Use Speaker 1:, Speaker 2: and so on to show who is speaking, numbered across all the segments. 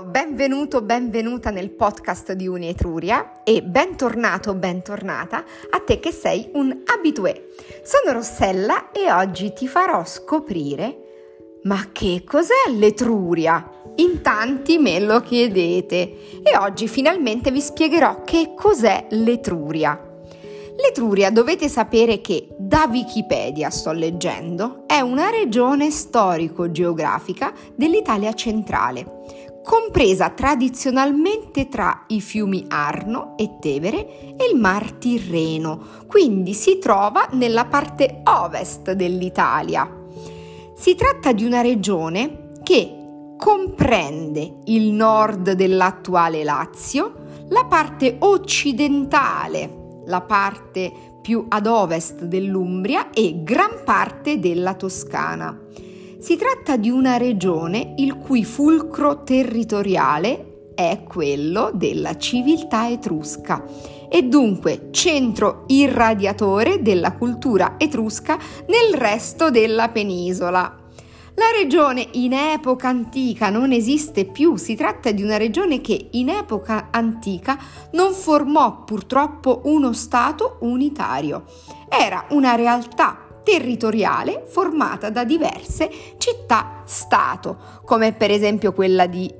Speaker 1: benvenuto, benvenuta nel podcast di Unietruria e bentornato, bentornata a te che sei un habitué. Sono Rossella e oggi ti farò scoprire ma che cos'è l'Etruria? In tanti me lo chiedete e oggi finalmente vi spiegherò che cos'è l'Etruria. L'Etruria dovete sapere che da Wikipedia sto leggendo è una regione storico-geografica dell'Italia centrale, compresa tradizionalmente tra i fiumi Arno e Tevere e il Mar Tirreno, quindi si trova nella parte ovest dell'Italia. Si tratta di una regione che comprende il nord dell'attuale Lazio, la parte occidentale, la parte più ad ovest dell'Umbria e gran parte della Toscana. Si tratta di una regione il cui fulcro territoriale è quello della civiltà etrusca e dunque centro irradiatore della cultura etrusca nel resto della penisola. La regione in epoca antica non esiste più, si tratta di una regione che in epoca antica non formò purtroppo uno stato unitario. Era una realtà territoriale formata da diverse città-stato, come per esempio quella di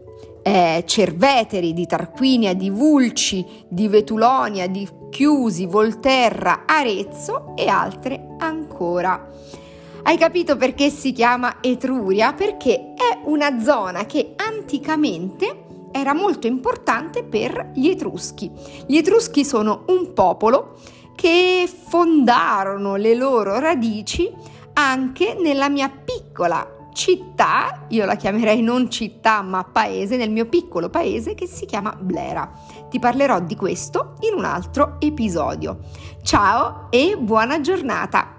Speaker 1: Cerveteri, di Tarquinia, di Vulci, di Vetulonia, di Chiusi, Volterra, Arezzo e altre ancora. Hai capito perché si chiama Etruria? Perché è una zona che anticamente era molto importante per gli Etruschi. Gli Etruschi sono un popolo che fondarono le loro radici anche nella mia piccola città, io la chiamerei non città ma paese, nel mio piccolo paese che si chiama Blera. Ti parlerò di questo in un altro episodio. Ciao e buona giornata!